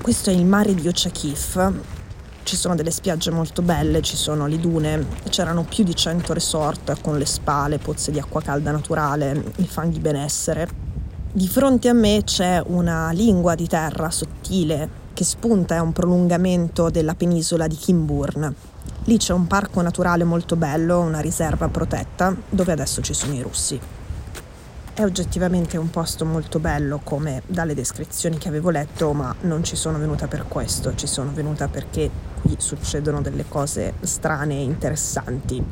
Questo è il mare di Ochakif. Ci sono delle spiagge molto belle, ci sono le dune, c'erano più di 100 resort con le spa, le pozze di acqua calda naturale, i fanghi benessere. Di fronte a me c'è una lingua di terra sottile che spunta, è un prolungamento della penisola di Kimburn. Lì c'è un parco naturale molto bello, una riserva protetta, dove adesso ci sono i russi. È oggettivamente un posto molto bello, come dalle descrizioni che avevo letto, ma non ci sono venuta per questo, ci sono venuta perché qui succedono delle cose strane e interessanti.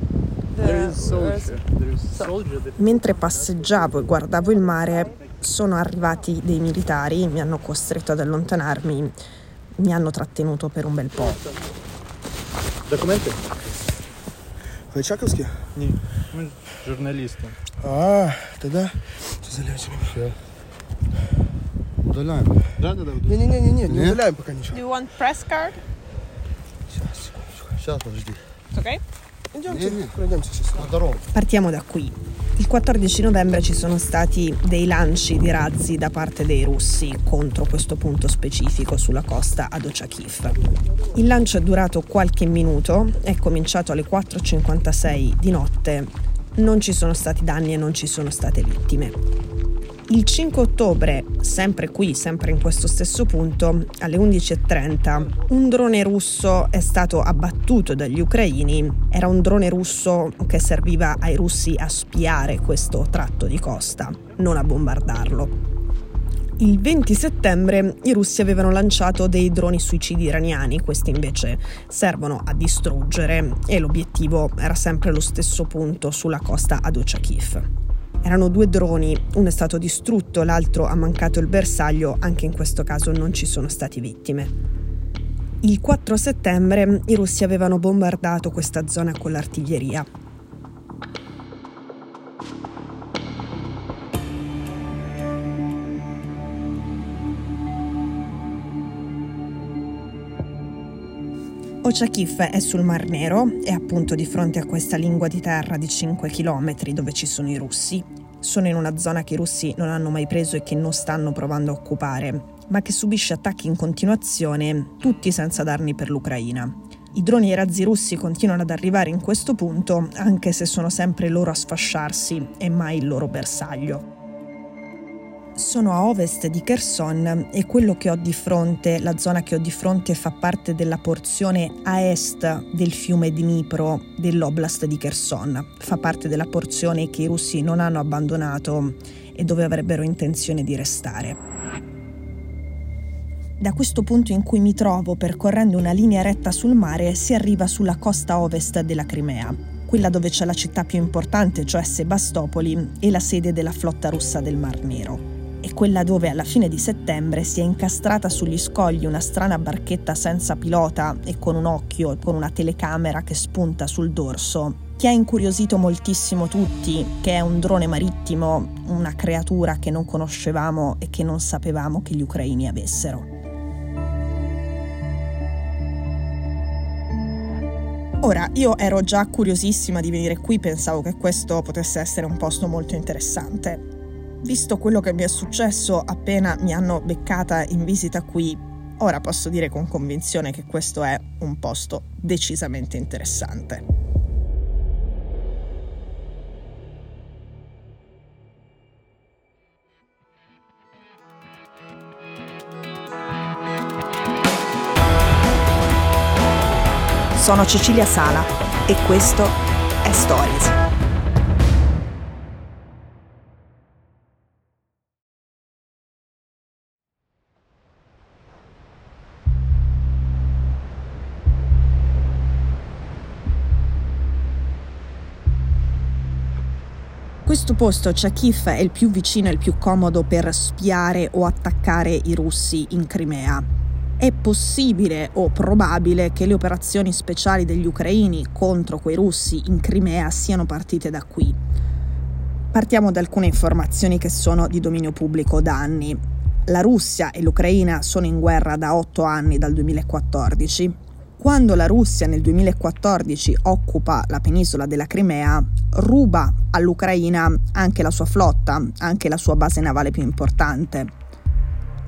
Mentre passeggiavo e guardavo il mare, sono arrivati dei militari, mi hanno costretto ad allontanarmi, mi hanno trattenuto per un bel po'. Документы? Вы чаковские? Нет, мы журналисты. Тогда заляжем. Все. Удаляем. Да. Не удаляем пока ничего. Do you want press card? Сейчас, подожди. It's okay? Идемте, пройдемте сейчас. Здорово. Partiamo da qui. Il 14 novembre ci sono stati dei lanci di razzi da parte dei russi contro questo punto specifico sulla costa ad Ochakif. Il lancio è durato qualche minuto, è cominciato alle 4:56 di notte, non ci sono stati danni e non ci sono state vittime. Il 5 ottobre, sempre qui, sempre in questo stesso punto, alle 11:30, un drone russo è stato abbattuto dagli ucraini. Era un drone russo che serviva ai russi a spiare questo tratto di costa, non a bombardarlo. Il 20 settembre i russi avevano lanciato dei droni suicidi iraniani, questi invece servono a distruggere e l'obiettivo era sempre lo stesso punto sulla costa ad Ochakif. Erano 2 droni, uno è stato distrutto, l'altro ha mancato il bersaglio, anche in questo caso non ci sono stati vittime. Il 4 settembre i russi avevano bombardato questa zona con l'artiglieria. Ochakif è sul Mar Nero, è appunto di fronte a questa lingua di terra di 5 chilometri dove ci sono i russi. Sono in una zona che i russi non hanno mai preso e che non stanno provando a occupare, ma che subisce attacchi in continuazione, tutti senza darni per l'Ucraina. I droni e i razzi russi continuano ad arrivare in questo punto, anche se sono sempre loro a sfasciarsi e mai il loro bersaglio. Sono a ovest di Kherson e quello che ho di fronte, la zona che ho di fronte, fa parte della porzione a est del fiume Dnipro dell'oblast di Kherson. Fa parte della porzione che i russi non hanno abbandonato e dove avrebbero intenzione di restare. Da questo punto in cui mi trovo, percorrendo una linea retta sul mare, si arriva sulla costa ovest della Crimea, quella dove c'è la città più importante, cioè Sebastopoli, e la sede della flotta russa del Mar Nero. È quella dove alla fine di settembre si è incastrata sugli scogli una strana barchetta senza pilota e con un occhio e con una telecamera che spunta sul dorso, che ha incuriosito moltissimo tutti, che è un drone marittimo, una creatura che non conoscevamo e che non sapevamo che gli ucraini avessero. Ora, io ero già curiosissima di venire qui, pensavo che questo potesse essere un posto molto interessante. Visto quello che mi è successo appena mi hanno beccata in visita qui, ora posso dire con convinzione che questo è un posto decisamente interessante. Sono Cecilia Sala e questo è Stories. Questo posto, Ochakif, è il più vicino e il più comodo per spiare o attaccare i russi in Crimea. È possibile o probabile che le operazioni speciali degli ucraini contro quei russi in Crimea siano partite da qui. Partiamo da alcune informazioni che sono di dominio pubblico da anni. La Russia e l'Ucraina sono in guerra da 8 anni, dal 2014. Quando la Russia nel 2014 occupa la penisola della Crimea, ruba all'Ucraina anche la sua flotta, anche la sua base navale più importante.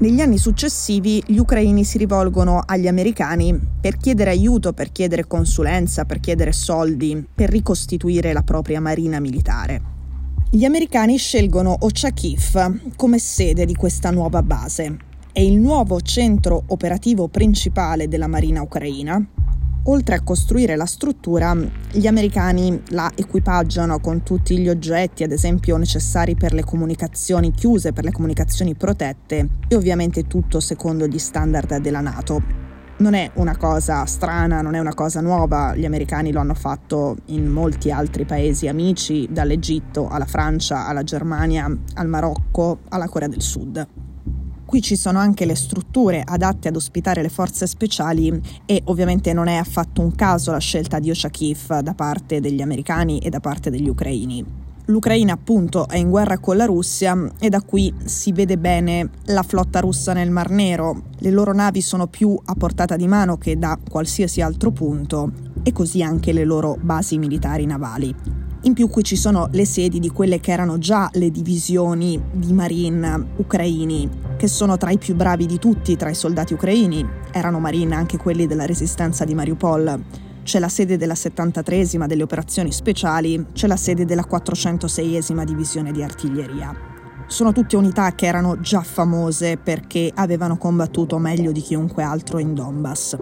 Negli anni successivi gli ucraini si rivolgono agli americani per chiedere aiuto, per chiedere consulenza, per chiedere soldi, per ricostituire la propria marina militare. Gli americani scelgono Ochakhiv come sede di questa nuova base. È il nuovo centro operativo principale della marina ucraina. Oltre a costruire la struttura, gli americani la equipaggiano con tutti gli oggetti, ad esempio necessari per le comunicazioni chiuse, per le comunicazioni protette, e ovviamente tutto secondo gli standard della NATO. Non è una cosa strana, non è una cosa nuova, gli americani lo hanno fatto in molti altri paesi amici, dall'Egitto alla Francia, alla Germania, al Marocco, alla Corea del Sud. Qui ci sono anche le strutture adatte ad ospitare le forze speciali e ovviamente non è affatto un caso la scelta di Ochakhiv da parte degli americani e da parte degli ucraini. L'Ucraina appunto è in guerra con la Russia e da qui si vede bene la flotta russa nel Mar Nero. Le loro navi sono più a portata di mano che da qualsiasi altro punto e così anche le loro basi militari navali. In più qui ci sono le sedi di quelle che erano già le divisioni di Marine ucraini, che sono tra i più bravi di tutti tra i soldati ucraini. Erano Marine anche quelli della resistenza di Mariupol. C'è la sede della 73esima delle operazioni speciali, c'è la sede della 406esima divisione di artiglieria. Sono tutte unità che erano già famose perché avevano combattuto meglio di chiunque altro in Donbass.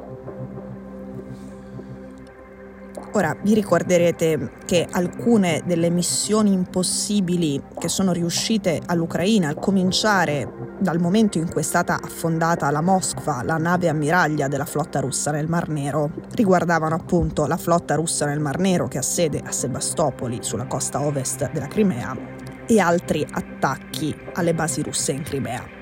Ora, vi ricorderete che alcune delle missioni impossibili che sono riuscite all'Ucraina, al cominciare dal momento in cui è stata affondata la Moskva, la nave ammiraglia della flotta russa nel Mar Nero, riguardavano appunto la flotta russa nel Mar Nero che ha sede a Sebastopoli, sulla costa ovest della Crimea, e altri attacchi alle basi russe in Crimea.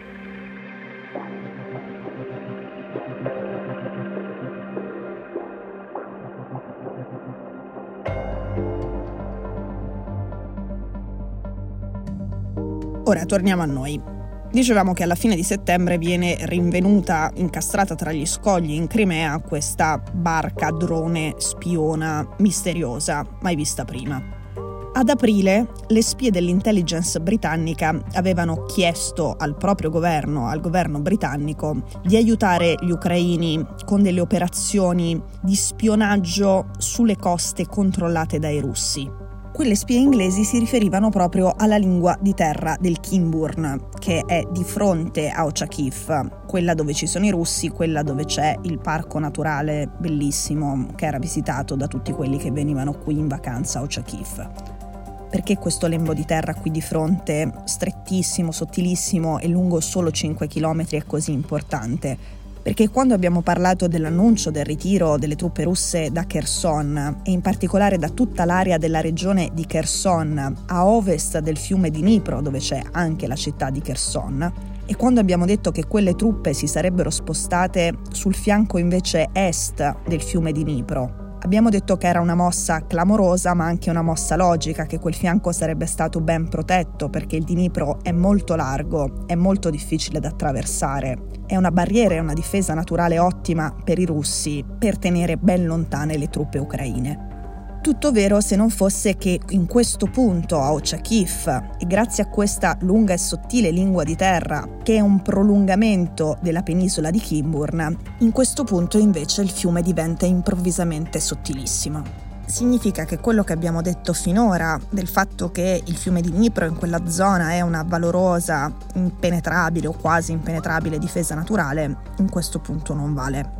Ora torniamo a noi. Dicevamo che alla fine di settembre viene rinvenuta incastrata tra gli scogli in Crimea questa barca drone spiona misteriosa, mai vista prima. Ad aprile le spie dell'intelligence britannica avevano chiesto al proprio governo, al governo britannico, di aiutare gli ucraini con delle operazioni di spionaggio sulle coste controllate dai russi. Quelle spie inglesi si riferivano proprio alla lingua di terra del Kimburn, che è di fronte a Ochakhiv, quella dove ci sono i russi, quella dove c'è il parco naturale bellissimo che era visitato da tutti quelli che venivano qui in vacanza a Ochakhiv. Perché questo lembo di terra qui di fronte, strettissimo, sottilissimo e lungo solo 5 km è così importante? Perché quando abbiamo parlato dell'annuncio del ritiro delle truppe russe da Kherson e in particolare da tutta l'area della regione di Kherson a ovest del fiume di Dnipro, dove c'è anche la città di Kherson, e quando abbiamo detto che quelle truppe si sarebbero spostate sul fianco invece est del fiume di Dnipro, abbiamo detto che era una mossa clamorosa ma anche una mossa logica, che quel fianco sarebbe stato ben protetto perché il Dnipro è molto largo, è molto difficile da attraversare. È una barriera e una difesa naturale ottima per i russi per tenere ben lontane le truppe ucraine. Tutto vero se non fosse che in questo punto a Ochakhiv, e grazie a questa lunga e sottile lingua di terra che è un prolungamento della penisola di Kimburn, in questo punto invece il fiume diventa improvvisamente sottilissimo. Significa che quello che abbiamo detto finora del fatto che il fiume di Dnipro in quella zona è una valorosa, impenetrabile o quasi impenetrabile difesa naturale, in questo punto non vale.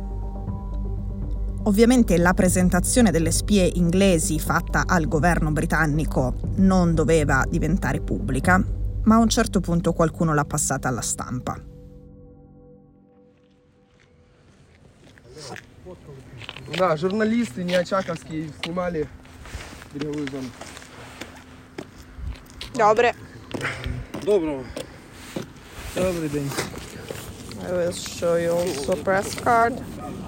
Ovviamente la presentazione delle spie inglesi fatta al governo britannico non doveva diventare pubblica, ma a un certo punto qualcuno l'ha passata alla stampa. Да, журналисты неочаковские снимали береговую зону. Добре. Доброго. Добрий день. I will show you also press card.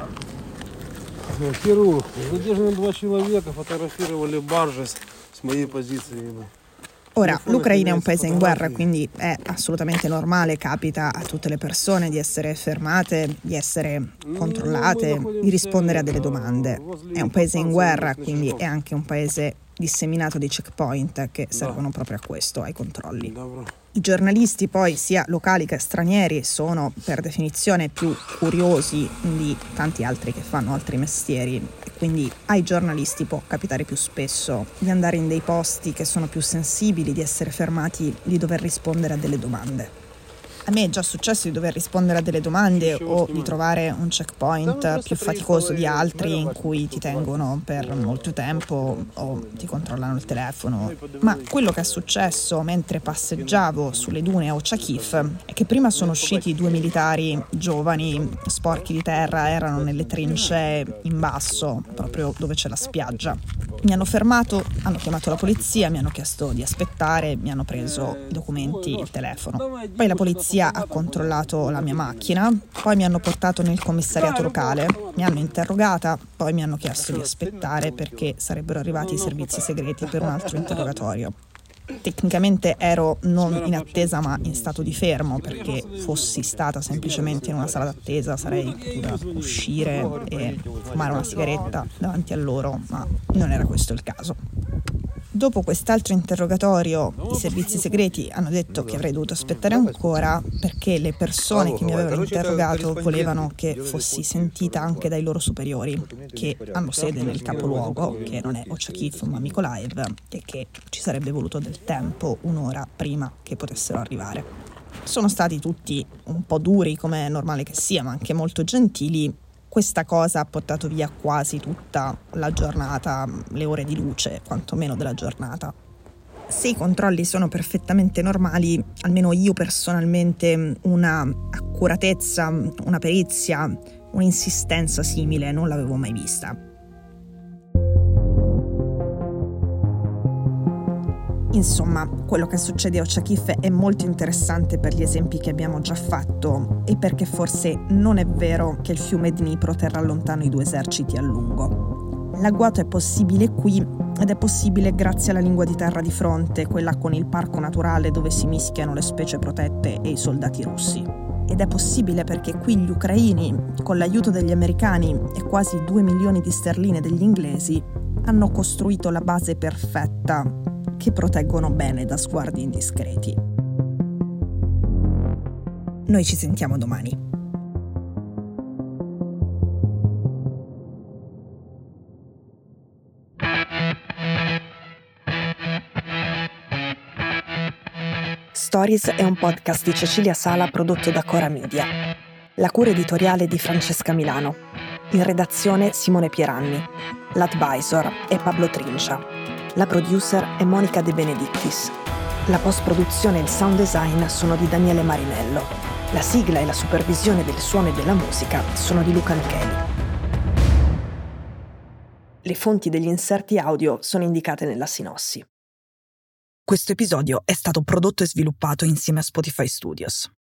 Хирург. Задержаны 2 человека, фотографировали баржи с моей позиции. Ora, l'Ucraina è un paese in guerra, quindi è assolutamente normale, capita a tutte le persone di essere fermate, di essere controllate, di rispondere a delle domande. È un paese in guerra, quindi è anche un paese disseminato dei checkpoint che servono proprio a questo, ai controlli. Добро. I giornalisti poi, sia locali che stranieri, sono per definizione più curiosi di tanti altri che fanno altri mestieri, e quindi ai giornalisti può capitare più spesso di andare in dei posti che sono più sensibili, di essere fermati, di dover rispondere a delle domande. A me è già successo di dover rispondere a delle domande o di trovare un checkpoint più faticoso di altri in cui ti tengono per molto tempo o ti controllano il telefono. Ma quello che è successo mentre passeggiavo sulle dune a Ochakif è che prima sono usciti 2 militari giovani, sporchi di terra, erano nelle trincee in basso, proprio dove c'è la spiaggia. Mi hanno fermato, hanno chiamato la polizia, mi hanno chiesto di aspettare, mi hanno preso i documenti, il telefono. Poi la polizia ha controllato la mia macchina, poi mi hanno portato nel commissariato locale, mi hanno interrogata, poi mi hanno chiesto di aspettare perché sarebbero arrivati i servizi segreti per un altro interrogatorio. Tecnicamente ero non in attesa ma in stato di fermo, perché fossi stata semplicemente in una sala d'attesa sarei potuta uscire e fumare una sigaretta davanti a loro, ma non era questo il caso. Dopo quest'altro interrogatorio i servizi segreti hanno detto che avrei dovuto aspettare ancora perché le persone che mi avevano interrogato volevano che fossi sentita anche dai loro superiori, che hanno sede nel capoluogo, che non è Ochakif ma Mykolaiv, e che ci sarebbe voluto del tempo, un'ora prima che potessero arrivare. Sono stati tutti un po' duri, come è normale che sia, ma anche molto gentili. Questa cosa ha portato via quasi tutta la giornata, le ore di luce, quantomeno della giornata. Se i controlli sono perfettamente normali, almeno io personalmente una accuratezza, una perizia, un'insistenza simile non l'avevo mai vista. Insomma, quello che succede a Ochakif è molto interessante per gli esempi che abbiamo già fatto e perché forse non è vero che il fiume Dnipro terrà lontano i 2 eserciti a lungo. L'agguato è possibile qui ed è possibile grazie alla lingua di terra di fronte, quella con il parco naturale dove si mischiano le specie protette e i soldati russi. Ed è possibile perché qui gli ucraini, con l'aiuto degli americani e quasi 2 milioni di sterline degli inglesi, hanno costruito la base perfetta che proteggono bene da sguardi indiscreti. Noi ci sentiamo domani. Stories è un podcast di Cecilia Sala prodotto da Cora Media. La cura editoriale di Francesca Milano. In redazione Simone Pieranni. L'advisor è Pablo Trincia. La producer è Monica De Benedictis. La post-produzione e il sound design sono di Daniele Marinello. La sigla e la supervisione del suono e della musica sono di Luca Micheli. Le fonti degli inserti audio sono indicate nella sinossi. Questo episodio è stato prodotto e sviluppato insieme a Spotify Studios.